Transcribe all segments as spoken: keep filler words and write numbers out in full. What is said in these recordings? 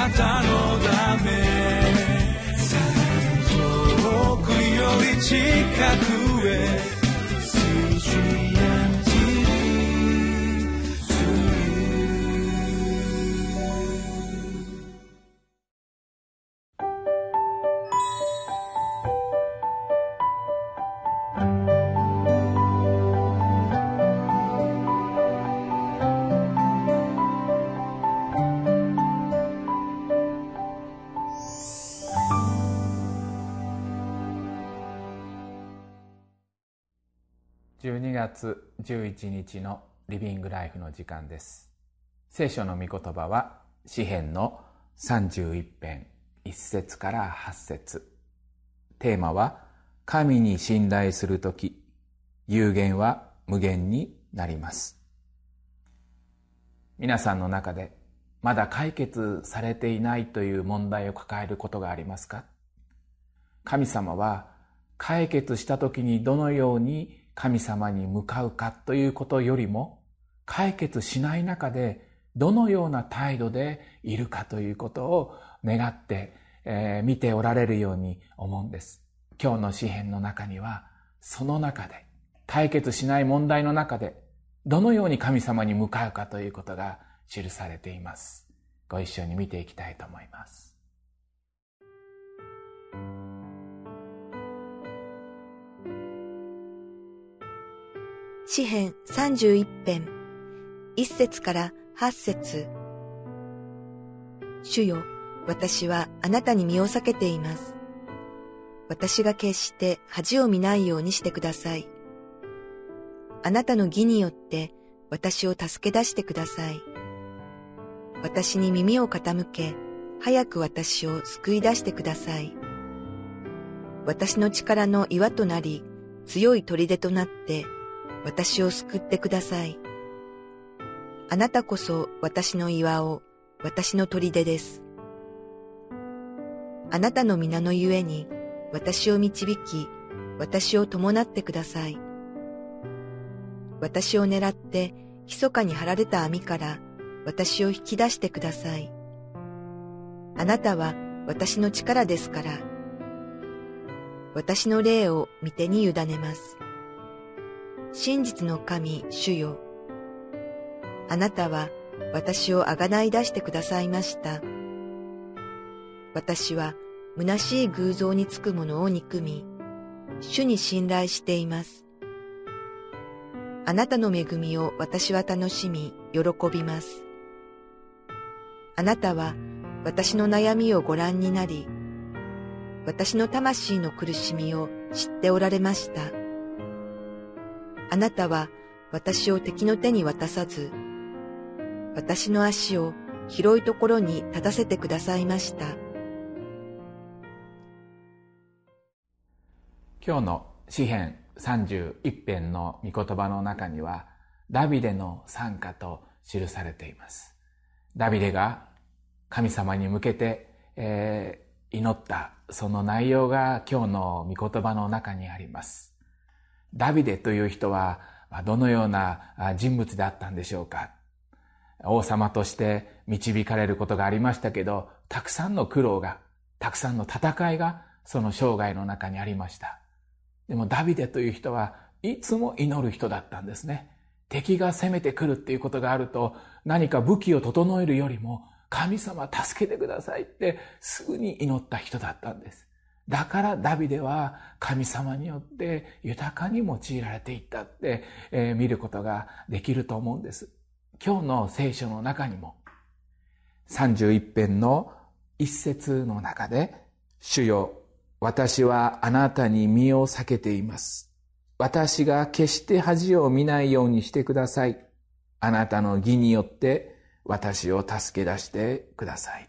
なたのため、遠くより近くへじゅうにがつじゅういちにちのリビングライフの時間です。聖書の御言葉は詩編のさんじゅういち編いっ節からはち節。テーマは神に信頼するとき、有限は無限になります。皆さんの中でまだ解決されていないという問題を抱えることがありますか？神様は解決したときにどのように神様に向かうかということよりも、解決しない中でどのような態度でいるかということを願って、えー、見ておられるように思うんです。今日の詩編の中には、その中で解決しない問題の中でどのように神様に向かうかということが記されています。ご一緒に見ていきたいと思います。 詩編さんじゅういち編いっ節からはち節。主よ、私はあなたに身を避けています。私が決して恥を見ないようにしてください。あなたの義によって私を助け出してください。私に耳を傾け、早く私を救い出してください。私の力の岩となり、強い砦となって、私を救ってください。あなたこそ私の岩を、私の砦です。あなたの皆のゆえに、私を導き、私を伴ってください。私を狙って、密かに張られた網から、私を引き出してください。あなたは私の力ですから、私の霊を御手に委ねます。真実の神、主よ。あなたは私をあがない出してくださいました。私は虚しい偶像につくものを憎み、主に信頼しています。あなたの恵みを私は楽しみ、喜びます。あなたは私の悩みをご覧になり、私の魂の苦しみを知っておられました。あなたは私を敵の手に渡さず、私の足を広いところに立たせてくださいました。 今日の詩編さんじゅういち編の御言葉の中には、ダビデの賛歌と記されています。ダビデが神様に向けて、えー、祈ったその内容が今日の御言葉の中にあります。ダビデという人はどのような人物であったんでしょうか。王様として導かれることがありましたけど、たくさんの苦労が、たくさんの戦いがその生涯の中にありました。でもダビデという人はいつも祈る人だったんですね。敵が攻めてくるっていうことがあると、何か武器を整えるよりも、神様助けてくださいってすぐに祈った人だったんです。だからダビデは神様によって豊かに用いられていったって、えー、見ることができると思うんです。今日の聖書の中にもさんじゅういち編の一節の中で、主よ、私はあなたに身を避けています。私が決して恥を見ないようにしてください。あなたの義によって私を助け出してください。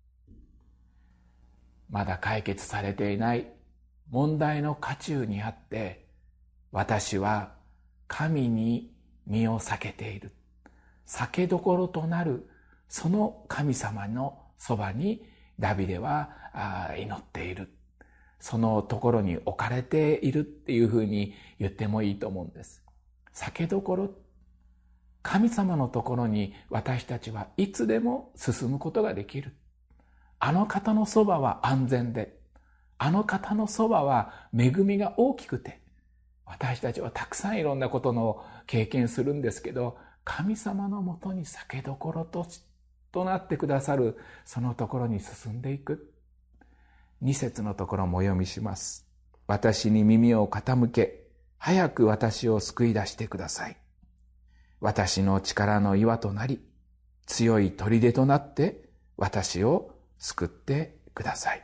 まだ解決されていない問題の渦中にあって、私は神に身を避けている。避けどころとなるその神様のそばにダビデは祈っている。そのところに置かれているっていうふうに言ってもいいと思うんです。避けどころ、神様のところに私たちはいつでも進むことができる。 あの方のそばは安全で、あの方のそばは恵みが大きくて、私たちはたくさんいろんなことの経験するんですけど、神様のもとに酒どころととなってくださるそのところに進んでいく。二節のところもお読みします。私に耳を傾け、早く私を救い出してください。私の力の岩となり、強い砦となって私を救ってください。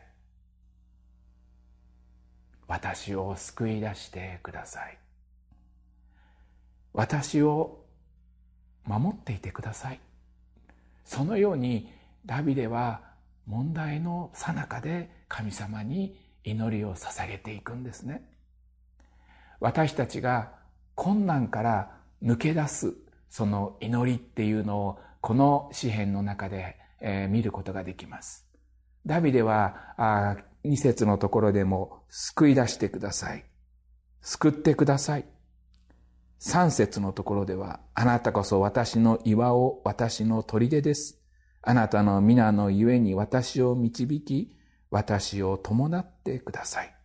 私を救い出してください。私を守っていてください。そのようにダビデは問題の最中で神様に祈りを捧げていくんですね。私たちが困難から抜け出すその祈りっていうのをこの詩篇の中で、えー、見ることができます。ダビデはあに節のところでも救い出してください。救ってください。さん節のところでは、あなたこそ私の岩を私の砦です。あなたの皆のゆえに私を導き、私を伴ってください。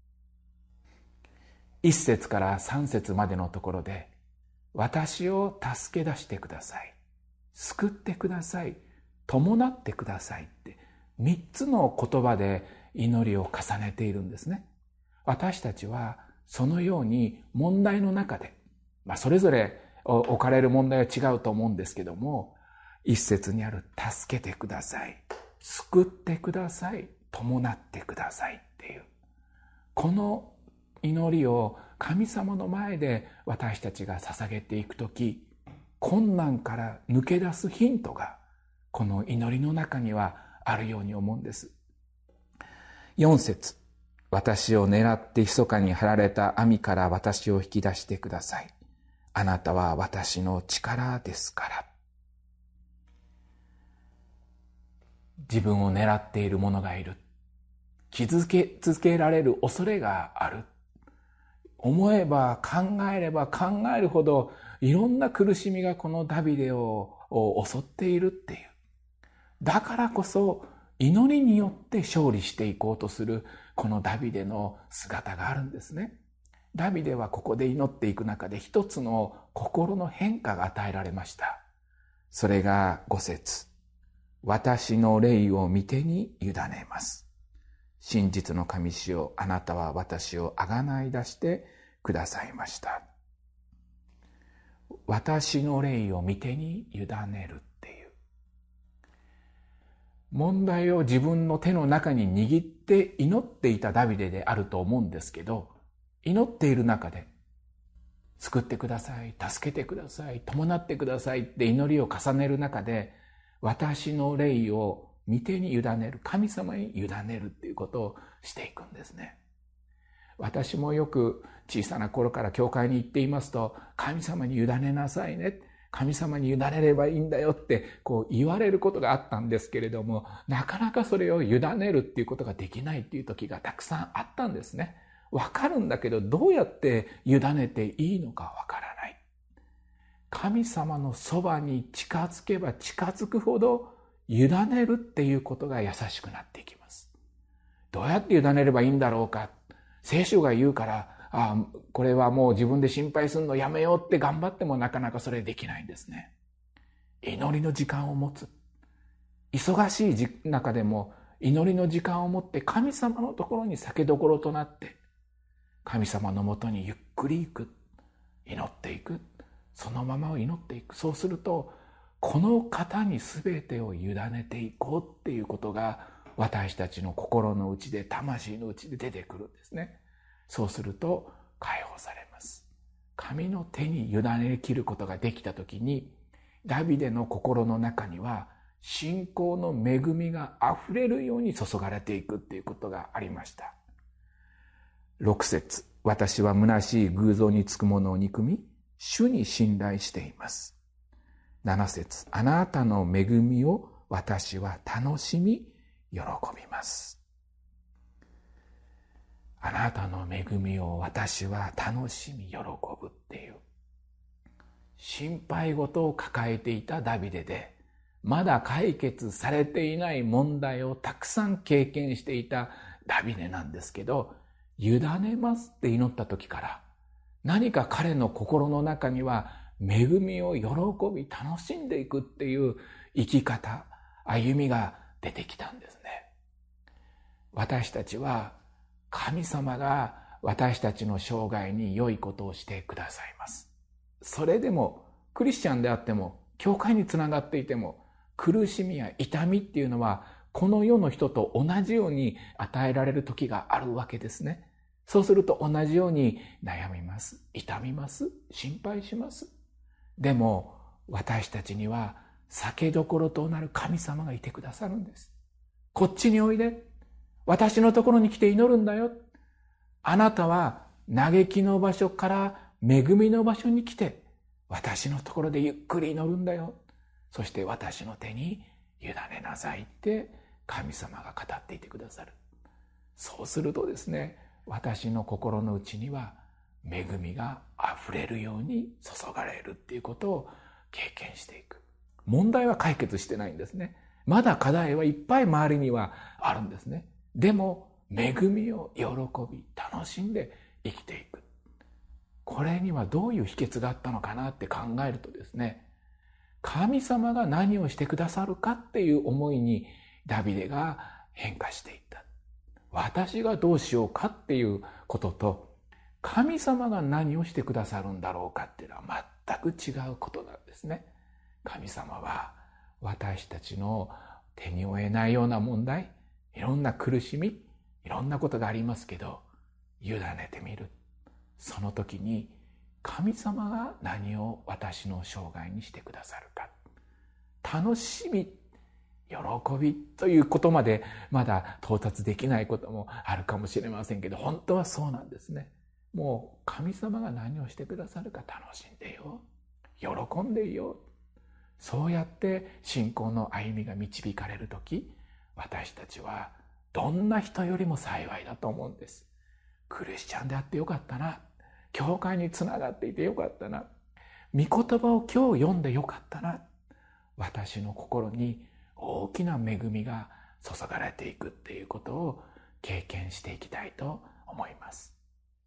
いっ節からさん節までのところで、私を助け出してください。救ってください。伴ってくださいって、みっつの言葉で祈りを重ねているんですね。私たちはそのように問題の中で、まあ、それぞれ置かれる問題は違うと思うんですけども、一節にある助けてください、救ってください、伴ってくださいっていう、この祈りを神様の前で私たちが捧げていくとき、困難から抜け出すヒントがこの祈りの中にはあるように思うんです。よん節、私を狙って密かに張られた網から私を引き出してください。あなたは私の力ですから。自分を狙っている者がいる。傷つけ続けられる恐れがある。思えば考えれば考えるほどいろんな苦しみがこのダビデを襲っているっていう。だからこそ祈りによって勝利していこうとするこのダビデの姿があるんですね。ダビデはここで祈っていく中で一つの心の変化が与えられました。それがご節。私の霊を御手に委ねます。真実の神主よ、あなたは私をあがない出してくださいました。私の霊を御手に委ねるっていう。問題を自分の手の中に握って祈っていたダビデであると思うんですけど、祈っている中で、救ってください、助けてください、伴ってくださいって祈りを重ねる中で、私の霊を御手に委ねる、神様に委ねるっていうことをしていくんですね。私もよく小さな頃から教会に行っていますと、神様に委ねなさいね、神様に委ねればいいんだよってこう言われることがあったんですけれども、なかなかそれを委ねるっていうことができないっていう時がたくさんあったんですね。わかるんだけど、どうやって委ねていいのかわからない。神様のそばに近づけば近づくほど、委ねるっていうことが優しくなっていきます。どうやって委ねればいいんだろうか。聖書が言うから、ああ、これはもう自分で心配するのやめようって頑張ってもなかなかそれできないんですね。祈りの時間を持つ。忙しい中でも祈りの時間を持って神様のところに酒どころとなって、神様のもとにゆっくり行く。祈っていく。そのままを祈っていく。そうすると、この方に全てを委ねていこうっていうことが私たちの心の内で、魂の内で出てくるんですね。そうすると解放されます。神の手に委ねきることができたときに、ダビデの心の中には信仰の恵みがあふれるように注がれていくっていうことがありました。ろく節、私は虚しい偶像につくものを憎み、主に信頼しています。なな節、あなたの恵みを私は楽しみ、喜びます。あなたの恵みを私は楽しみ、喜ぶっていう。心配事を抱えていたダビデで、 まだ解決されていない問題をたくさん経験していたダビデなんですけど、委ねますって祈った時から、何か彼の心の中には恵みを喜び楽しんでいくっていう生き方、歩みが出てきたんですね。私たちは神様が私たちの生涯に良いことをしてくださいます。それでもクリスチャンであっても、教会につながっていても、苦しみや痛みっていうのはこの世の人と同じように与えられる時があるわけですね。そうすると同じように悩みます、痛みます、心配します。でも私たちには酒どころとなる神様がいてくださるんです。こっちにおいで、私のところに来て祈るんだよ。あなたは嘆きの場所から恵みの場所に来て、私のところでゆっくり祈るんだよ。そして私の手に委ねなさいって神様が語っていてくださる。そうするとですね、私の心の内には恵みがあふれるように注がれるっていうことを経験していく。問題は解決してないんですね。まだ課題はいっぱい周りにはあるんですね。でも恵みを喜び楽しんで生きていく。これにはどういう秘訣があったのかなって考えるとですね、神様が何をしてくださるかっていう思いにダビデが変化していった。私がどうしようかっていうことと、神様が何をしてくださるんだろうかっていうのは全く違うことなんですね。神様は私たちの手に負えないような問題、いろんな苦しみ、いろんなことがありますけど、委ねてみる。その時に神様が何を私の生涯にしてくださるか。楽しみ、喜びということまでまだ到達できないこともあるかもしれませんけど、本当はそうなんですね。もう神様が何をしてくださるか楽しんでよ。喜んでいよう。そうやって信仰の歩みが導かれるとき、私たちはどんな人よりも幸いだと思うんです。クリスチャンであってよかったな。教会につながっていてよかったな。御言葉を今日読んでよかったな。私の心に大きな恵みが注がれていくっていうことを経験していきたいと思います。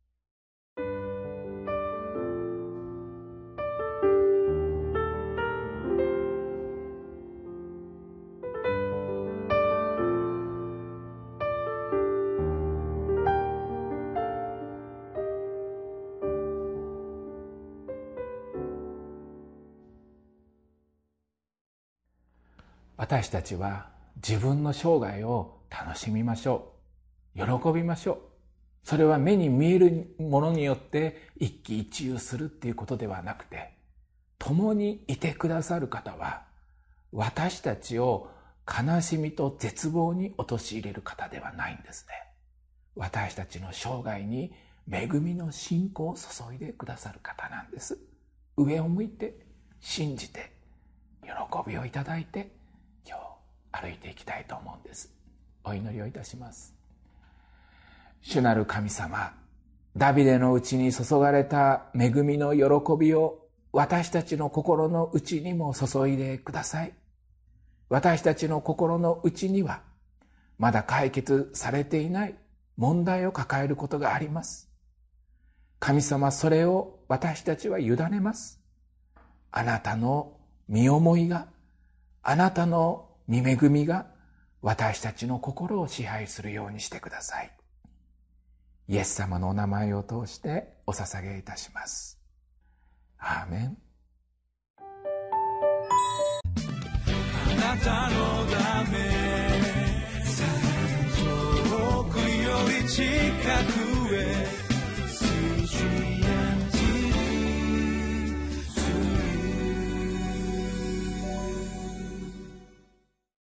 私たちは自分の生涯を楽しみましょう。喜びましょう。それは目に見えるものによって一喜一憂するっていうことではなくて、共にいてくださる方は私たちを悲しみと絶望に陥れる方ではないんですね。私たちの生涯に恵みの信仰を注いでくださる方なんです。上を向いて信じて喜びをいただいて今日歩いていきたいと思うんです。お祈りをいたします。主なる神様、ダビデのうちに注がれた恵みの喜びを私たちの心の内にも注いでください。私たちの心の内にはまだ解決されていない問題を抱えることがあります。神様、それを私たちは委ねます。あなたの身思いが、あなたの御恵みが私たちの心を支配するようにしてください。イエス様のお名前を通してお捧げいたします。アーメン。 あなたのため遠くより近く